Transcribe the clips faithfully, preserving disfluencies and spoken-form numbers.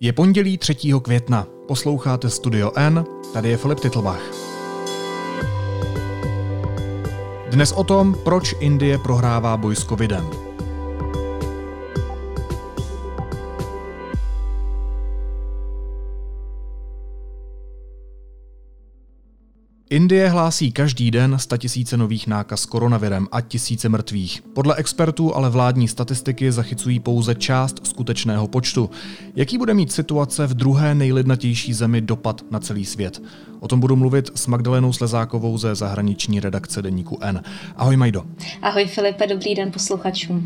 Je pondělí třetího května. Posloucháte Studio N, tady je Filip Titlbach. Dnes o tom, proč Indie prohrává boj s covidem. Indie hlásí každý den statisíce nových nákaz koronavirem a tisíce mrtvých. Podle expertů ale vládní statistiky zachycují pouze část skutečného počtu. Jaký bude mít situace v druhé nejlidnatější zemi dopad na celý svět? O tom budu mluvit s Magdalenou Slezákovou ze zahraniční redakce deníku N. Ahoj Majdo. Ahoj Filipe, dobrý den posluchačům.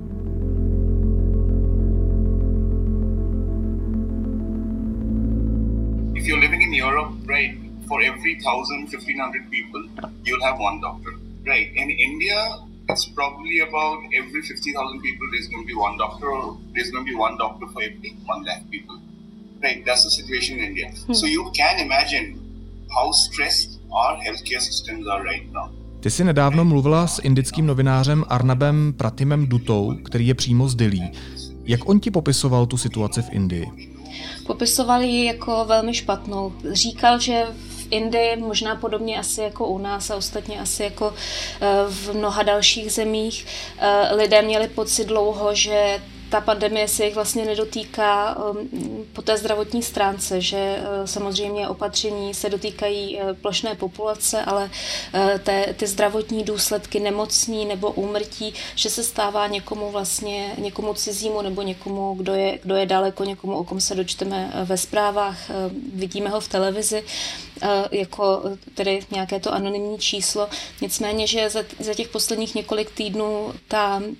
If you're living in Europe, right? For every one thousand, fifteen hundred people, you'll have one doctor. Right. In India, it's probably about every fifty thousand people, there's going to be one doctor, or there's going to be one doctor for every one lakh people. Right. That's the situation in India. Hmm. So you can imagine how stressed our healthcare systems are right now. Ty jsi nedávno mluvila s indickým novinářem Arnabem Pratimem Duttou, který je přímo z Dillí. Jak on ti popisoval tu situaci v Indii? Popisoval ji jako velmi špatnou. Říkal, že v Indii, možná podobně asi jako u nás a ostatně asi jako v mnoha dalších zemích, lidé měli pocit dlouho, že ta pandemie se jich vlastně nedotýká po té zdravotní stránce, že samozřejmě opatření se dotýkají plošné populace, ale té, ty zdravotní důsledky nemocní nebo úmrtí, že se stává někomu vlastně, někomu cizímu nebo někomu, kdo je, kdo je daleko, někomu, o kom se dočteme ve zprávách, vidíme ho v televizi, jako tedy nějaké to anonymní číslo. Nicméně, že za, za těch posledních několik týdnů ta mm,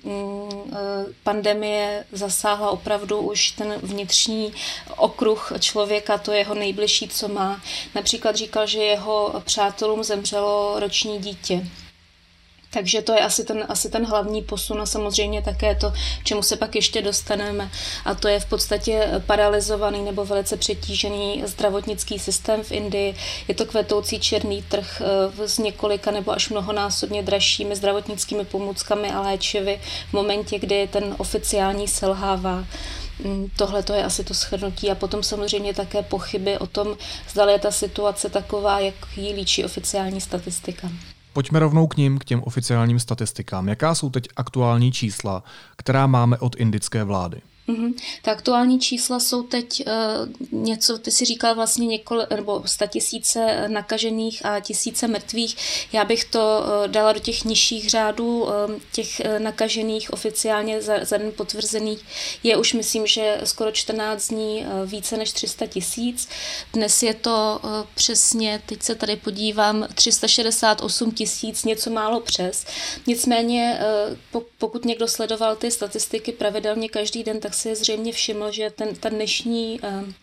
pandemie zasáhla opravdu už ten vnitřní okruh člověka, to jeho nejbližší, co má. Například říkal, že jeho přátelům zemřelo roční dítě. Takže to je asi ten, asi ten hlavní posun a samozřejmě také to, čemu se pak ještě dostaneme. A to je v podstatě paralyzovaný nebo velice přetížený zdravotnický systém v Indii. Je to kvetoucí černý trh s několika nebo až mnohonásobně dražšími zdravotnickými pomůckami a léčivy v momentě, kdy ten oficiální selhává. Tohle to je asi to shrnutí a potom samozřejmě také pochyby o tom, zda je ta situace taková, jak ji líčí oficiální statistika. Pojďme rovnou k nim, k těm oficiálním statistikám. Jaká jsou teď aktuální čísla, která máme od indické vlády? Mm-hmm. Ta aktuální čísla jsou teď uh, něco, ty si říkal vlastně několik, nebo statisíce nakažených a tisíce mrtvých. Já bych to uh, dala do těch nižších řádů, uh, těch uh, nakažených oficiálně za, za den potvrzených. Je už, myslím, že skoro čtrnáct dní uh, více než tři sta tisíc. Dnes je to uh, přesně, teď se tady podívám, tři sta šedesát osm tisíc, něco málo přes. Nicméně, uh, pokud někdo sledoval ty statistiky pravidelně každý den, tak si zřejmě všiml, že ten, ta dnešní,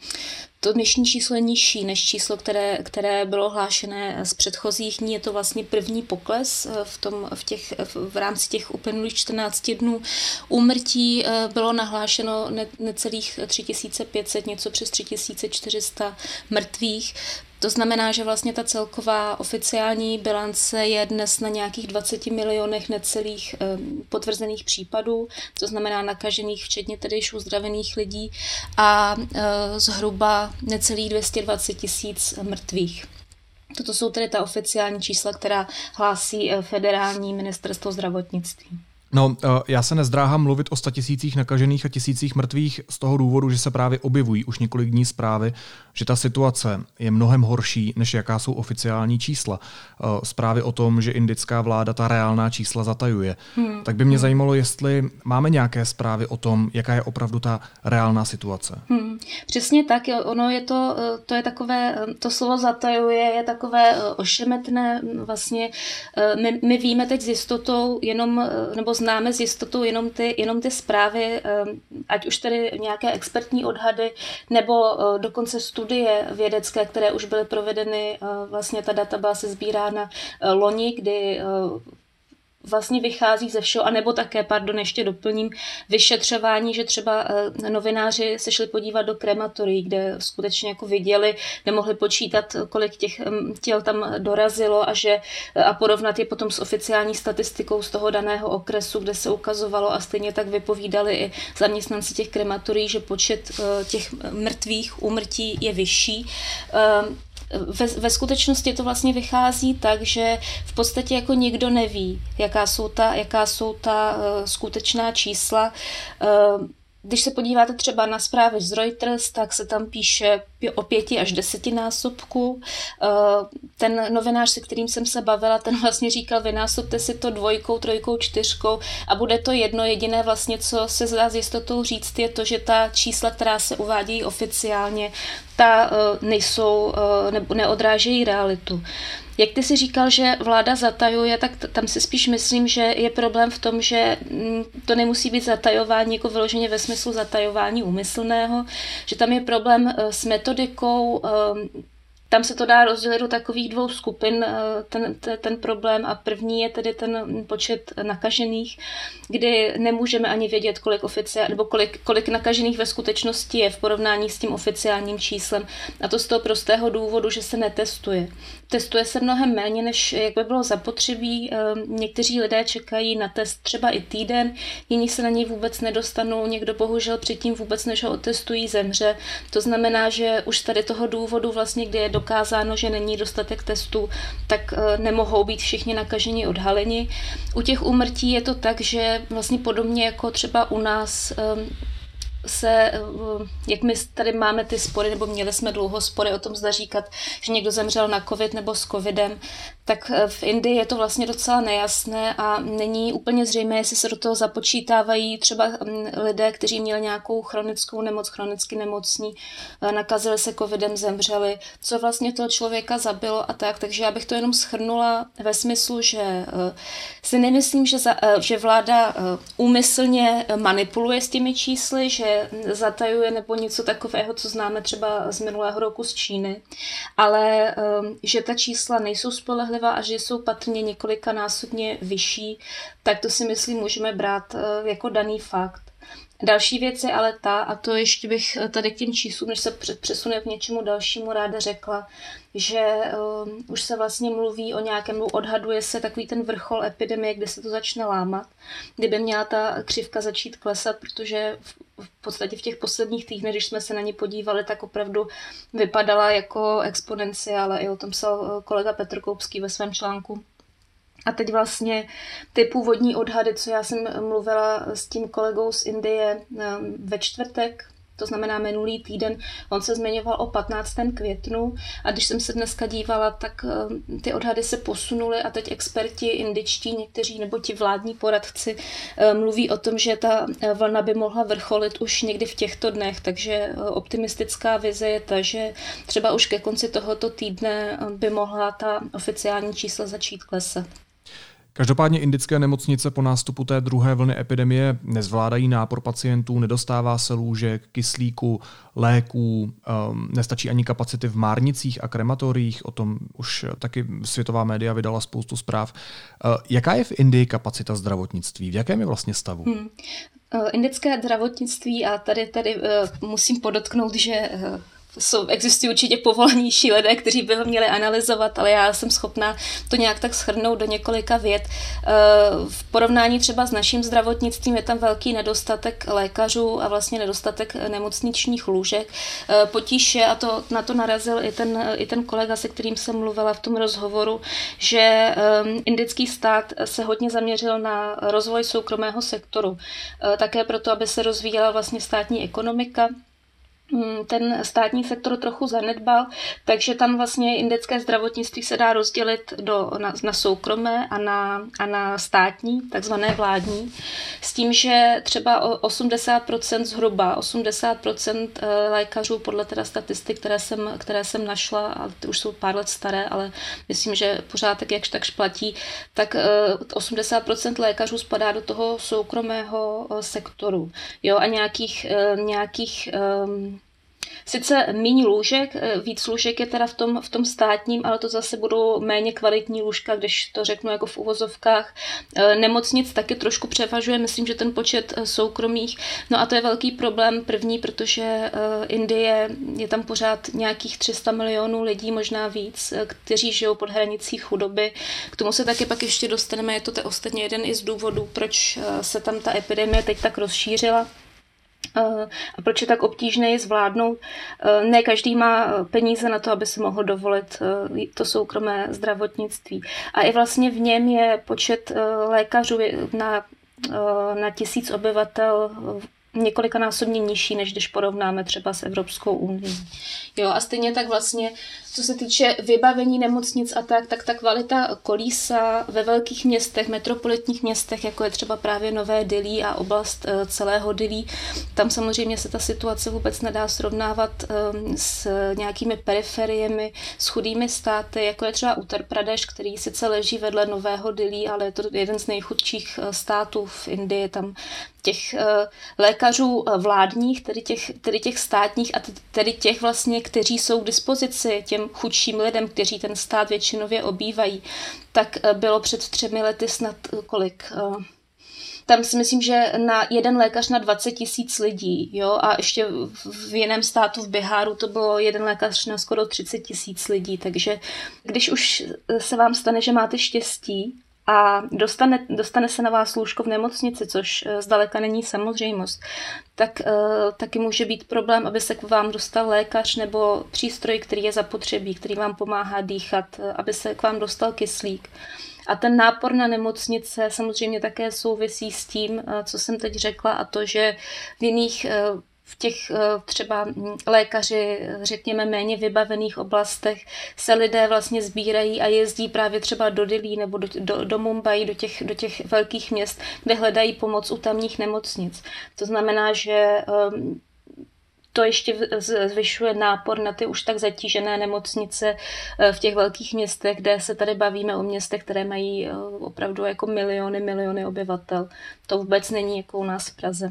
to dnešní číslo je nižší než číslo, které, které bylo hlášené z předchozích dní. Je to vlastně první pokles v, tom, v, těch, v rámci těch uplynulých čtrnácti dnů. Úmrtí bylo nahlášeno ne, necelých tři tisíce pět set, něco přes tři tisíce čtyři sta mrtvých. To znamená, že vlastně ta celková oficiální bilance je dnes na nějakých dvaceti milionech necelých e, potvrzených případů, to znamená nakažených, včetně tedy již uzdravených lidí a e, zhruba necelých dvě stě dvacet tisíc mrtvých. Toto jsou tedy ta oficiální čísla, která hlásí federální ministerstvo zdravotnictví. No, já se nezdráhám mluvit o statisících nakažených a tisících mrtvých z toho důvodu, že se právě objevují už několik dní zprávy, že ta situace je mnohem horší, než jaká jsou oficiální čísla. Zprávy o tom, že indická vláda ta reálná čísla zatajuje. Hmm. Tak by mě hmm. zajímalo, jestli máme nějaké zprávy o tom, jaká je opravdu ta reálná situace. Hmm. Přesně tak, ono je to, to je takové, to slovo zatajuje je takové ošemetné, vlastně my, my víme teď s jistotou jenom, nebo známe s jistotou jenom ty, jenom ty zprávy, ať už tedy nějaké expertní odhady, nebo dokonce studie vědecké, které už byly provedeny, vlastně ta data byla se sbírána loni, kdy vlastně vychází ze všeho, anebo také, pardon, ještě doplním, vyšetřování, že třeba novináři se šli podívat do krematorií, kde skutečně jako viděli, nemohli počítat, kolik těch těl tam dorazilo a, že, a porovnat je potom s oficiální statistikou z toho daného okresu, kde se ukazovalo a stejně tak vypovídali i zaměstnanci těch krematorií, že počet těch mrtvých úmrtí je vyšší. Ve, ve skutečnosti to vlastně vychází tak, že v podstatě jako nikdo neví, jaká jsou ta, jaká jsou ta uh, skutečná čísla. Uh, Když se podíváte třeba na zprávy z Reuters, tak se tam píše o pěti až desetinásobku. Ten novinář, se kterým jsem se bavila, ten vlastně říkal, vynásobte si to dvojkou, trojkou, čtyřkou a bude to jedno. Jediné vlastně, co se zdá s jistotou říct, je to, že ta čísla, která se uvádějí oficiálně, ta nejsou, nebo neodrážejí realitu. Jak ty si říkal, že vláda zatajuje, tak tam si spíš myslím, že je problém v tom, že to nemusí být zatajování jako vyloženě ve smyslu zatajování úmyslného, že tam je problém s metodikou. Tam se to dá rozdělit do takových dvou skupin, ten, ten, ten problém, a první je tedy ten počet nakažených, kdy nemůžeme ani vědět, kolik oficiál, nebo kolik, kolik nakažených ve skutečnosti je v porovnání s tím oficiálním číslem. A to z toho prostého důvodu, že se netestuje. Testuje se mnohem méně, než jak by bylo zapotřebí. Někteří lidé čekají na test třeba i týden, jiní se na něj vůbec nedostanou, někdo bohužel předtím vůbec, než ho otestují, zemře. To znamená, že už tady toho důvodu vlastně, kdy je dokázáno, že není dostatek testů, tak nemohou být všichni nakaženi odhaleni. U těch úmrtí je to tak, že vlastně podobně jako třeba u nás se, jak my tady máme ty spory, nebo měli jsme dlouho spory o tom, zda říkat, že někdo zemřel na covid nebo s covidem, tak v Indii je to vlastně docela nejasné a není úplně zřejmé, jestli se do toho započítávají třeba lidé, kteří měli nějakou chronickou nemoc, chronicky nemocní, nakazili se covidem, zemřeli, co vlastně toho člověka zabilo a tak. Takže já bych to jenom shrnula ve smyslu, že si nemyslím, že, za, že vláda úmyslně manipuluje s těmi čísly, že zatajuje nebo něco takového, co známe třeba z minulého roku z Číny, ale že ta čísla nejsou spolehlivá a že jsou patrně několikanásobně vyšší, tak to si myslím můžeme brát jako daný fakt. Další věc je ale ta, a to ještě bych tady k těm číslům, než se přesune k něčemu dalšímu, ráda řekla, že um, už se vlastně mluví o nějakém, odhaduje se takový ten vrchol epidemie, kde se to začne lámat, kdyby měla ta křivka začít klesat, protože v, v podstatě v těch posledních týdnech, když jsme se na ně podívali, tak opravdu vypadala jako exponenciála. I o tom psal kolega Petr Koupský ve svém článku. A teď vlastně ty původní odhady, co já jsem mluvila s tím kolegou z Indie ve čtvrtek, to znamená minulý týden, on se zmiňoval o patnáctého květnu a když jsem se dneska dívala, tak ty odhady se posunuly a teď experti indičtí, někteří nebo ti vládní poradci mluví o tom, že ta vlna by mohla vrcholit už někdy v těchto dnech, takže optimistická vize je ta, že třeba už ke konci tohoto týdne by mohla ta oficiální čísla začít klesat. Každopádně indické nemocnice po nástupu té druhé vlny epidemie nezvládají nápor pacientů, nedostává se lůžek, kyslíku, léků, um, nestačí ani kapacity v márnicích a krematoriích, o tom už taky světová média vydala spoustu zpráv. Uh, jaká je v Indii kapacita zdravotnictví? V jakém je vlastně stavu? Hmm. Uh, indické zdravotnictví, a tady, tady uh, musím podotknout, že uh, Jsou, existují určitě povolanější lidé, kteří by ho měli analyzovat, ale já jsem schopná to nějak tak shrnout do několika vět. V porovnání třeba s naším zdravotnictvím je tam velký nedostatek lékařů a vlastně nedostatek nemocničních lůžek. Potíž je, a to, na to narazil i ten, i ten kolega, se kterým jsem mluvila v tom rozhovoru, že indický stát se hodně zaměřil na rozvoj soukromého sektoru. Také proto, aby se rozvíjela vlastně státní ekonomika. Ten státní sektor trochu zanedbal, takže tam vlastně indické zdravotnictví se dá rozdělit do, na, na soukromé a na, a na státní, takzvané vládní, s tím, že třeba osmdesát procent zhruba, osmdesát procent lékařů podle teda statistik, které jsem, které jsem našla, a ty už jsou pár let staré, ale myslím, že pořád tak jakž takž platí, tak osmdesát procent lékařů spadá do toho soukromého sektoru. Jo, a nějakých, nějakých sice méně lůžek, víc lůžek je teda v tom, v tom státním, ale to zase budou méně kvalitní lůžka, když to řeknu jako v uvozovkách. Nemocnic taky trošku převažuje, myslím, že ten počet soukromých. No a to je velký problém první, protože Indie je tam pořád nějakých tři sta milionů lidí, možná víc, kteří žijou pod hranicí chudoby. K tomu se taky pak ještě dostaneme, je to te ostatně jeden i z důvodů, proč se tam ta epidemie teď tak rozšířila. A proč je tak obtížné ji zvládnout? Ne každý má peníze na to, aby si mohl dovolit to soukromé zdravotnictví. A i vlastně v něm je počet lékařů na, na tisíc obyvatel několikanásobně nižší, než když porovnáme třeba s Evropskou unií. Jo, a stejně tak vlastně, co se týče vybavení nemocnic a tak, tak ta kvalita kolísa ve velkých městech, metropolitních městech, jako je třeba právě Nové Dillí a oblast celého Dillí, tam samozřejmě se ta situace vůbec nedá srovnávat s nějakými periferiemi, s chudými státy, jako je třeba Uttar Pradesh, který sice leží vedle Nového Dillí, ale je to jeden z nejchudších států v Indii, tam těch lékařů vládních, tedy těch, tedy těch státních a tedy těch vlastně, kteří jsou k dispozici těm chudším lidem, kteří ten stát většinově obývají, tak bylo před třemi lety snad kolik? Tam si myslím, že na jeden lékař na dvacet tisíc lidí, jo, a ještě v jiném státu v Biháru to bylo jeden lékař na skoro třicet tisíc lidí, takže když už se vám stane, že máte štěstí a dostane, dostane se na vás lůžko v nemocnici, což zdaleka není samozřejmost, tak uh, taky může být problém, aby se k vám dostal lékař nebo přístroj, který je zapotřebí, který vám pomáhá dýchat, aby se k vám dostal kyslík. A ten nápor na nemocnice samozřejmě také souvisí s tím, co jsem teď řekla, a to, že v jiných v těch třeba lékaři, řekněme, méně vybavených oblastech se lidé vlastně sbírají a jezdí právě třeba do Dillí nebo do, do, do Mumbai, do těch, do těch velkých měst, kde hledají pomoc u tamních nemocnic. To znamená, že um, to ještě zvyšuje nápor na ty už tak zatížené nemocnice v těch velkých městech, kde se tady bavíme o městech, které mají opravdu jako miliony, miliony obyvatel. To vůbec není jako u nás v Praze.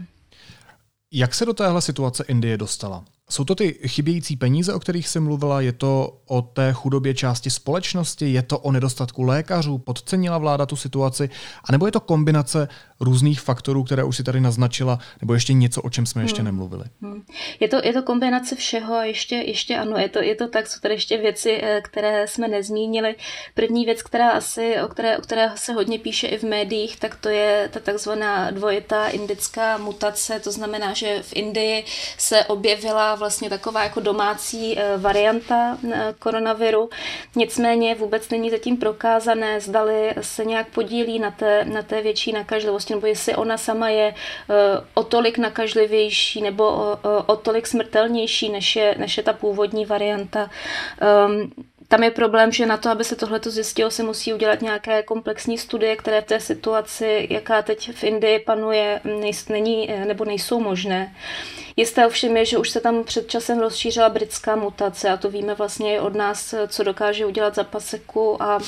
Jak se do téhle situace Indie dostala? Jsou to ty chybějící peníze, o kterých jsi mluvila? Je to o té chudobě části společnosti? Je to o nedostatku lékařů? Podcenila vláda tu situaci? A nebo je to kombinace různých faktorů, které už si tady naznačila? Nebo ještě něco, o čem jsme ještě hmm. nemluvili? Hmm. Je to, je to kombinace všeho a ještě, ještě ano, je to, je to tak, jsou tady ještě věci, které jsme nezmínili. První věc, která asi, o které, o které se hodně píše i v médiích, tak to je ta takzvaná dvojitá indická mutace. To znamená, že v Indii se objevila vlastně taková jako domácí varianta koronaviru. Nicméně vůbec není zatím prokázané, zdali se nějak podílí na té, na té větší nakažlivosti, nebo jestli ona sama je o tolik nakažlivější nebo o, o tolik smrtelnější, než je, než je ta původní varianta. Um, Tam je problém, že na to, aby se tohleto zjistilo, se musí udělat nějaké komplexní studie, které v té situaci, jaká teď v Indii panuje, není nebo nejsou možné. Jisté ovšem je, že už se tam před časem rozšířila britská mutace a to víme vlastně od nás, co dokáže udělat za paseku a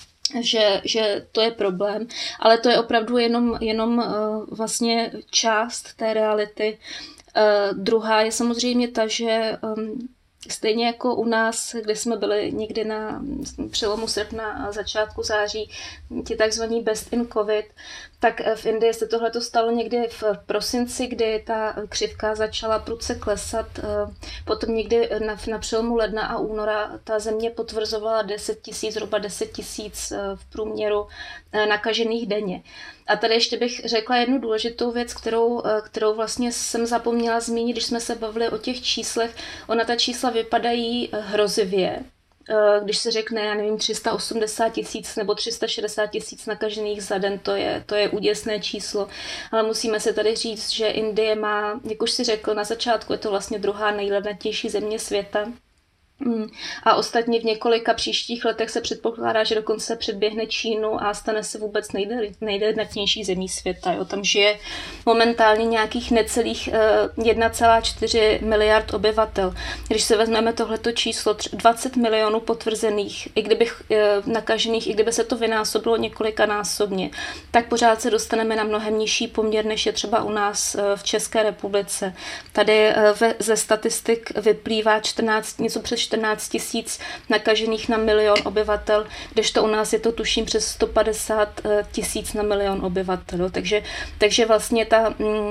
Že, že to je problém, ale to je opravdu jenom, jenom uh, vlastně část té reality. Uh, druhá je samozřejmě ta, že um, stejně jako u nás, kde jsme byli někdy na přelomu srpna a začátku září, ti takzvaní best in covid, tak v Indii se tohleto stalo někdy v prosinci, kdy ta křivka začala prudce klesat. Potom někdy na, na přelomu ledna a února ta země potvrzovala deset tisíc, zhruba deset tisíc v průměru nakažených denně. A tady ještě bych řekla jednu důležitou věc, kterou, kterou vlastně jsem zapomněla zmínit, když jsme se bavili o těch číslech. Ona ta čísla vypadají hrozivě, když se řekne, já nevím, tři sta osmdesát tisíc nebo tři sta šedesát tisíc nakažených za den, to je, to je úděsné číslo. Ale musíme se tady říct, že Indie má, jak už si řekl na začátku, je to vlastně druhá nejlednatější země světa. A ostatně v několika příštích letech se předpokládá, že dokonce předběhne Čínu a stane se vůbec nejlidnatější zemí světa. Jo. Tam žije momentálně nějakých necelých jedna celá čtyři miliard obyvatel. Když se vezmeme tohleto číslo, dvacet milionů potvrzených, i kdybych nakažených, i kdyby se to vynásobilo několikanásobně, tak pořád se dostaneme na mnohem nižší poměr, než je třeba u nás v České republice. Tady ze statistik vyplývá čtrnáct, něco přes čtrnáct tisíc nakažených na milion obyvatel, kdežto u nás je to tuším přes sto padesát tisíc na milion obyvatel. Takže, takže vlastně ta,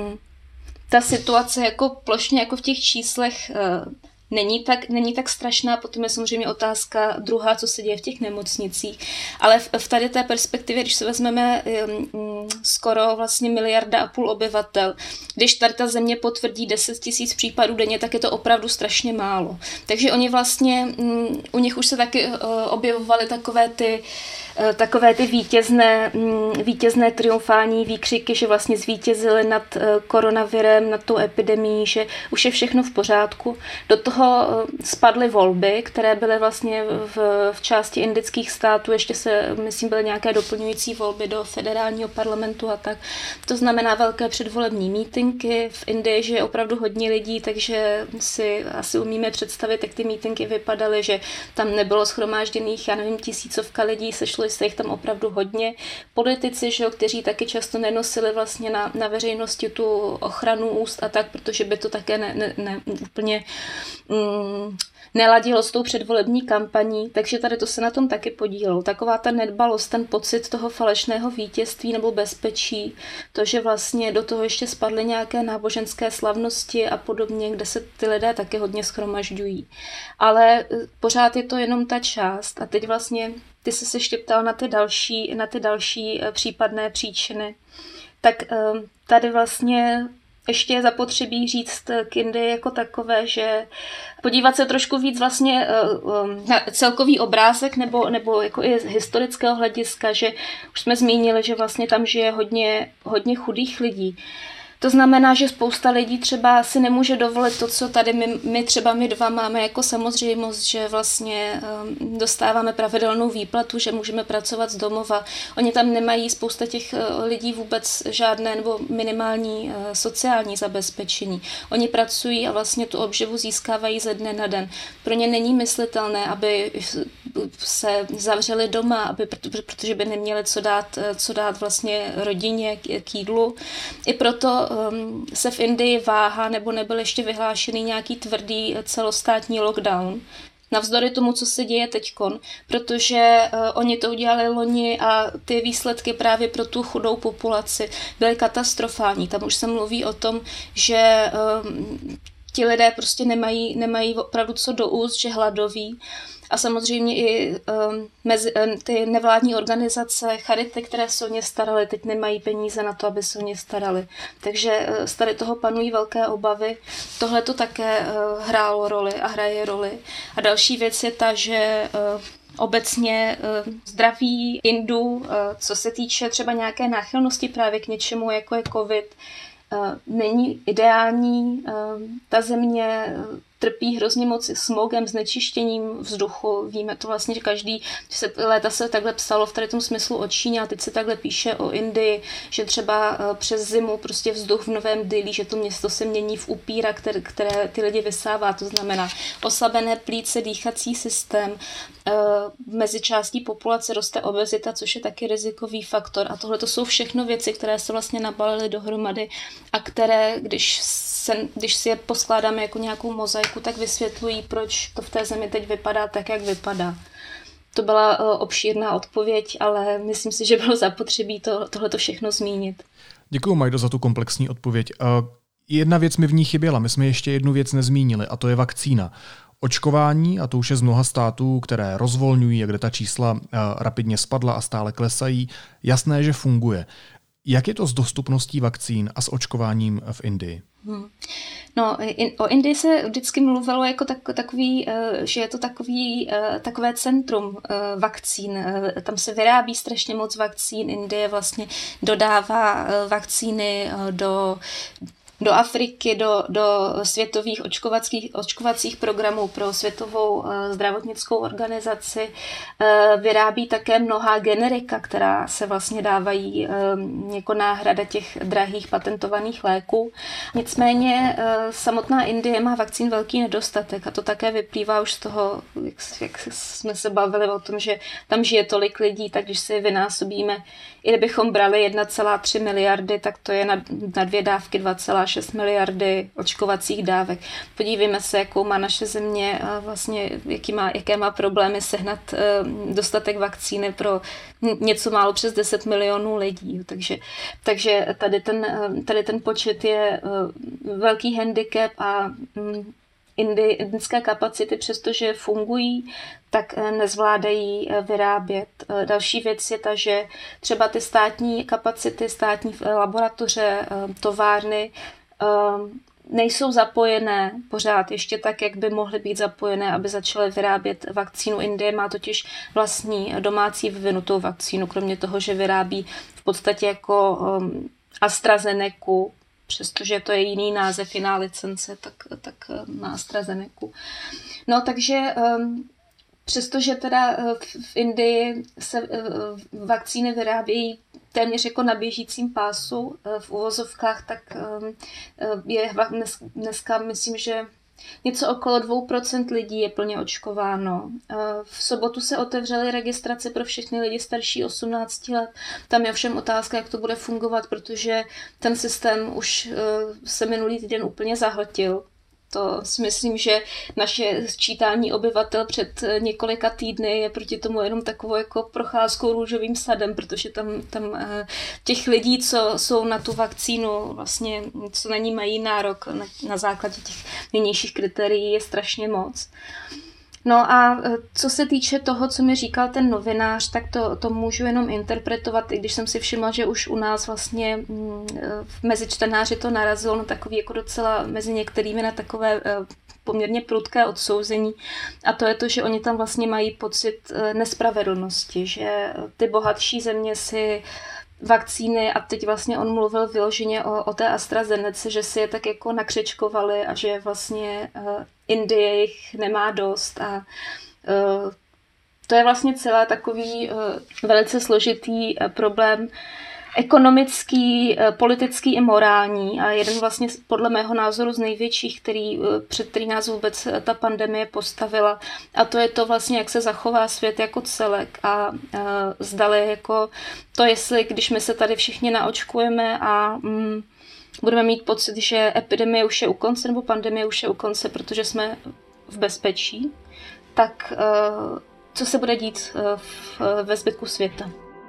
ta situace jako plošně jako v těch číslech Není tak, není tak strašná, potom je samozřejmě otázka druhá, co se děje v těch nemocnicích. Ale v, v tady té perspektivě, když se vezmeme um, skoro vlastně miliarda a půl obyvatel, když tady ta země potvrdí deset tisíc případů denně, tak je to opravdu strašně málo. Takže oni vlastně, um, u nich už se taky uh, objevovaly takové ty takové ty vítězné, vítězné triumfální výkřiky, že vlastně zvítězili nad koronavirem, nad tou epidemií, že už je všechno v pořádku. Do toho spadly volby, které byly vlastně v, v části indických států, ještě se, myslím, byly nějaké doplňující volby do federálního parlamentu a tak. To znamená velké předvolební mítinky. V Indii že je opravdu hodně lidí, takže si asi umíme představit, jak ty mítinky vypadaly, že tam nebylo shromážděných, já nevím, tisícovka lidí, sešlo se jich tam opravdu hodně. Politici, že jo, kteří taky často nenosili vlastně na, na veřejnosti tu ochranu úst a tak, protože by to také ne, ne, ne, úplně mm, neladilo s tou předvolební kampaní, takže tady to se na tom taky podílelo. Taková ta nedbalost, ten pocit toho falešného vítězství nebo bezpečí, to, že vlastně do toho ještě spadly nějaké náboženské slavnosti a podobně, kde se ty lidé taky hodně shromažďují. Ale pořád je to jenom ta část a teď vlastně ty jsi se ještě ptal na ty další, na ty další případné příčiny. Tak tady vlastně ještě je zapotřebí říct k Indii jako takové, že podívat se trošku víc vlastně na celkový obrázek nebo, nebo jako i z historického hlediska, že už jsme zmínili, že vlastně tam žije hodně, hodně chudých lidí. To znamená, že spousta lidí třeba si nemůže dovolit to, co tady my, my třeba my dva máme jako samozřejmost, že vlastně um, dostáváme pravidelnou výplatu, že můžeme pracovat z domova. Oni tam nemají, spousta těch uh, lidí vůbec žádné nebo minimální uh, sociální zabezpečení. Oni pracují a vlastně tu obživu získávají ze dne na den. Pro ně není myslitelné, aby se zavřeli doma, aby, protože by neměli co dát, co dát vlastně rodině k, k jídlu. I proto se v Indii váhá nebo nebyl ještě vyhlášený nějaký tvrdý celostátní lockdown. Navzdory tomu, co se děje teďkon, protože uh, oni to udělali loni a ty výsledky právě pro tu chudou populaci byly katastrofální. Tam už se mluví o tom, že um, ti lidé prostě nemají, nemají opravdu co do úst, že hladoví. A samozřejmě i um, mezi, um, ty nevládní organizace, charity, které se o ně staraly, teď nemají peníze na to, aby se o ně staraly. Takže uh, z tady toho panují velké obavy. Tohle to také uh, hrálo roli a hraje roli. A další věc je ta, že uh, obecně uh, zdraví Indů, uh, co se týče třeba nějaké náchylnosti právě k něčemu, jako je covid, uh, není ideální. Uh, ta země uh, trpí hrozně moc smogem, znečištěním vzduchu. Víme to vlastně, že každý, že se, léta se takhle psalo v tady tom smyslu o Číně a teď se takhle píše o Indii, že třeba přes zimu prostě vzduch v Novém Dillí, že to město se mění v upíra, které, které ty lidi vysává. To znamená oslabené plíce, dýchací systém. Mezi částí populace roste obezita, což je taky rizikový faktor. A tohle to jsou všechno věci, které se vlastně nabalily dohromady a které, když, se, když si je poskládáme jako nějakou mozaiku, tak vysvětlují, proč to v té zemi teď vypadá tak, jak vypadá. To byla uh, obšírná odpověď, ale myslím si, že bylo zapotřebí to, tohleto všechno zmínit. Děkuju, Majdo, za tu komplexní odpověď. Uh, jedna věc mi v ní chyběla, my jsme ještě jednu věc nezmínili, a to je vakcína. Očkování, a to už je z mnoha států, které rozvolňují, a kde ta čísla uh, rapidně spadla a stále klesají, jasné, že funguje. Jak je to s dostupností vakcín a s očkováním v Indii? Hmm. No, in, o Indii se vždycky mluvilo jako tak, takový, že je to takový, takové centrum vakcín. Tam se vyrábí strašně moc vakcín. Indie vlastně dodává vakcíny do do Afriky, do, do světových očkovacích, očkovacích programů pro Světovou zdravotnickou organizaci. Vyrábí také mnohá generika, která se vlastně dávají jako náhrada těch drahých patentovaných léků. Nicméně samotná Indie má vakcín velký nedostatek a to také vyplývá už z toho, jak jsme se bavili o tom, že tam žije tolik lidí, tak když si je vynásobíme, i kdybychom brali jedna celá tři miliardy, tak to je na, na dvě dávky dva celá šest miliardy očkovacích dávek. Podívejme se, jakou má naše země, vlastně, jaký má, jaké má problémy sehnat dostatek vakcíny pro něco málo přes deset milionů lidí. Takže, takže tady, ten, tady ten počet je velký handicap a Indi, indické kapacity, přestože fungují, tak nezvládají vyrábět. Další věc je ta, že třeba ty státní kapacity, státní laboratoře, továrny nejsou zapojené pořád ještě tak, jak by mohly být zapojené, aby začaly vyrábět vakcínu. Indie má totiž vlastní domácí vyvinutou vakcínu, kromě toho, že vyrábí v podstatě jako AstraZenecu, přestože to je jiný název, jiná licence, tak, tak na AstraZenecu. No takže přestože teda v Indii se vakcíny vyrábějí téměř jako na běžícím pásu v uvozovkách, tak je dneska, myslím, že něco okolo dvě procenta lidí je plně očkováno. V sobotu se otevřely registrace pro všechny lidi starší osmnáct let. Tam je ovšem otázka, jak to bude fungovat, protože ten systém už se minulý týden úplně zahltil. To si myslím, že naše sčítání obyvatel před několika týdny je proti tomu jenom takovou jako procházkou růžovým sadem, protože tam, tam těch lidí, co jsou na tu vakcínu, vlastně, co na ní mají nárok na, na základě těch nynějších kritérií, je strašně moc. No a co se týče toho, co mi říkal ten novinář, tak to, to můžu jenom interpretovat, i když jsem si všimla, že už u nás vlastně mezi čtenáři to narazilo na takový jako docela mezi některými na takové poměrně prudké odsouzení. A to je to, že oni tam vlastně mají pocit nespravedlnosti, že ty bohatší země si vakcíny, a teď vlastně on mluvil vyloženě o, o té AstraZenece, že si je tak jako nakřečkovali a že vlastně uh, Indie jich nemá dost a uh, to je vlastně celé takový uh, velice složitý uh, problém ekonomický, politický i morální a jeden vlastně podle mého názoru z největších, který, před který nás vůbec ta pandemie postavila, a to je to vlastně, jak se zachová svět jako celek a, a zdali jako to, jestli když my se tady všichni naočkujeme a mm, budeme mít pocit, že epidemie už je u konce nebo pandemie už je u konce, protože jsme v bezpečí, tak uh, co se bude dít uh, v, ve zbytku světa.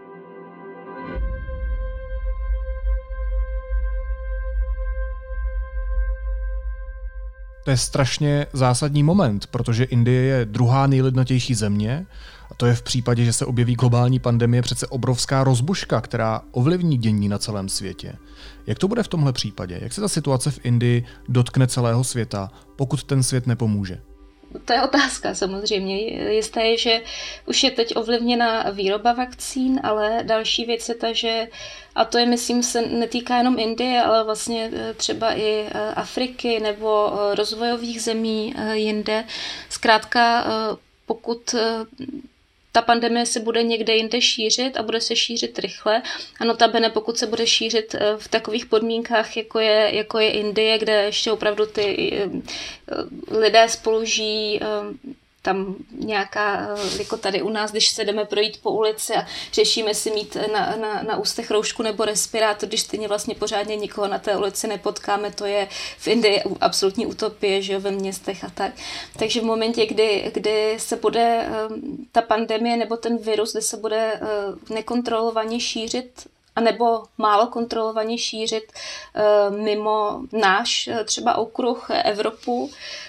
To je strašně zásadní moment, protože Indie je druhá nejlidnatější země a to je v případě, že se objeví globální pandemie, přece obrovská rozbuška, která ovlivní dění na celém světě. Jak to bude v tomhle případě? Jak se ta situace v Indii dotkne celého světa, pokud ten svět nepomůže? To je otázka samozřejmě. Jisté je, že už je teď ovlivněna výroba vakcín, ale další věc je ta, že, a to je, myslím, se netýká jenom Indie, ale vlastně třeba i Afriky nebo rozvojových zemí jinde. Zkrátka, pokud ta pandemie se bude někde jinde šířit a bude se šířit rychle. A notabene, pokud se bude šířit v takových podmínkách, jako je, jako je Indie, kde ještě opravdu ty lidé spolu žijí, tam nějaká, jako tady u nás, když se jdeme projít po ulici a řešíme si mít na, na, na ústech roušku nebo respirátor, když stejně vlastně pořádně nikoho na té ulici nepotkáme, to je v Indii absolutní utopie, že jo, ve městech a tak. Takže v momentě, kdy, kdy se bude ta pandemie nebo ten virus, kdy se bude nekontrolovaně šířit, anebo málo kontrolovaně šířit mimo náš třeba okruh Evropu,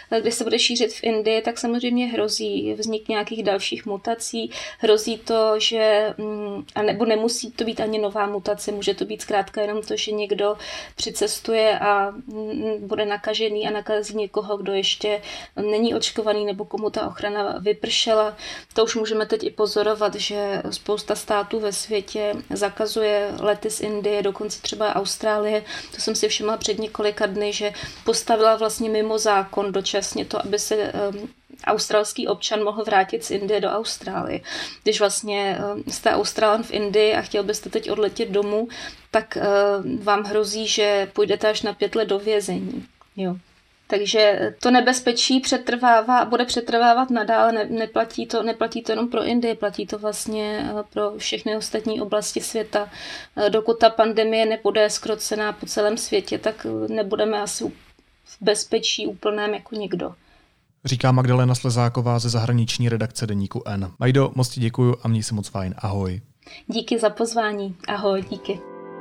když se bude šířit v Indii, tak samozřejmě hrozí vznik nějakých dalších mutací. Hrozí to, že, a nebo nemusí to být ani nová mutace, může to být zkrátka jenom to, že někdo přicestuje a bude nakažený a nakazí někoho, kdo ještě není očkovaný nebo komu ta ochrana vypršela. To už můžeme teď i pozorovat, že spousta států ve světě zakazuje lety z Indie, dokonce třeba Austrálie. To jsem si všimla před několika dny, že postavila vlastně mimo zákon dočasně to, aby se um, australský občan mohl vrátit z Indie do Austrálie. Když vlastně um, jste Australan v Indii a chtěl byste teď odletět domů, tak uh, vám hrozí, že půjdete až na pět let do vězení. Jo. Takže to nebezpečí přetrvává a bude přetrvávat nadále. Ne, neplatí, to, neplatí to jenom pro Indii, platí to vlastně pro všechny ostatní oblasti světa. Dokud ta pandemie nebude zkrocená po celém světě, tak nebudeme asi v bezpečí úplném jako nikdo. Říká Magdalena Slezáková ze zahraniční redakce deníku N. Majdo, moc ti děkuju a měj se moc fajn. Ahoj. Díky za pozvání. Ahoj, díky.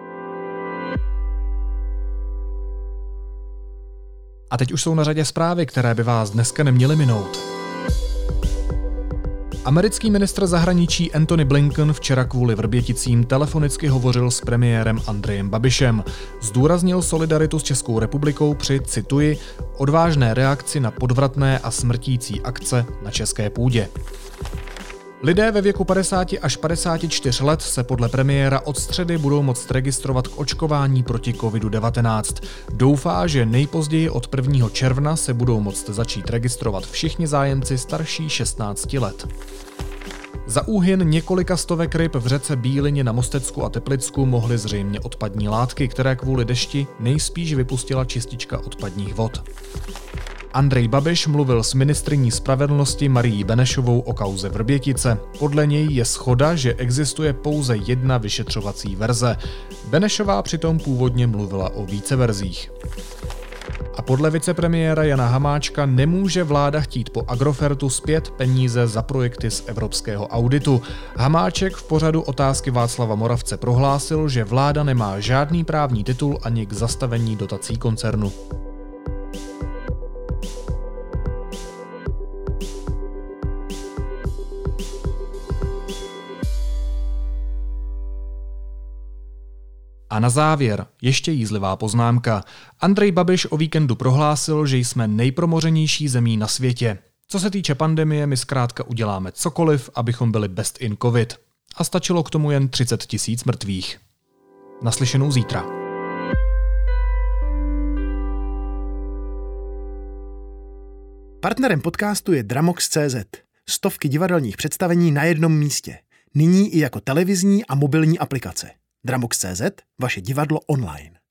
A teď už jsou na řadě zprávy, které by vás dneska neměly minout. Americký ministr zahraničí Antony Blinken včera kvůli Vrběticím telefonicky hovořil s premiérem Andrejem Babišem. Zdůraznil solidaritu s Českou republikou při, cituji, odvážné reakci na podvratné a smrtící akce na české půdě. Lidé ve věku padesát až padesát čtyři let se podle premiéra od středy budou moct registrovat k očkování proti kovidu devatenáct. Doufá, že nejpozději od prvního června se budou moct začít registrovat všichni zájemci starší šestnácti let. Za úhyn několika stovek ryb v řece Bílině na Mostecku a Teplicku mohly zřejmě odpadní látky, které kvůli dešti nejspíš vypustila čistička odpadních vod. Andrej Babiš mluvil s ministryní spravedlnosti Marií Benešovou o kauze Vrbětice. Podle něj je shoda, že existuje pouze jedna vyšetřovací verze. Benešová přitom původně mluvila o více verzích. A podle vicepremiéra Jana Hamáčka nemůže vláda chtít po Agrofertu zpět peníze za projekty z evropského auditu. Hamáček v pořadu Otázky Václava Moravce prohlásil, že vláda nemá žádný právní titul ani k zastavení dotací koncernu. A na závěr ještě jízlivá poznámka. Andrej Babiš o víkendu prohlásil, že jsme nejpromořenější zemí na světě. Co se týče pandemie, my zkrátka uděláme cokoliv, abychom byli best in covid. A stačilo k tomu jen třicet tisíc mrtvých. Naslyšenou zítra. Partnerem podcastu je Dramox tečka cé zet. Stovky divadelních představení na jednom místě. Nyní i jako televizní a mobilní aplikace. Dramox tečka cé zet, vaše divadlo online.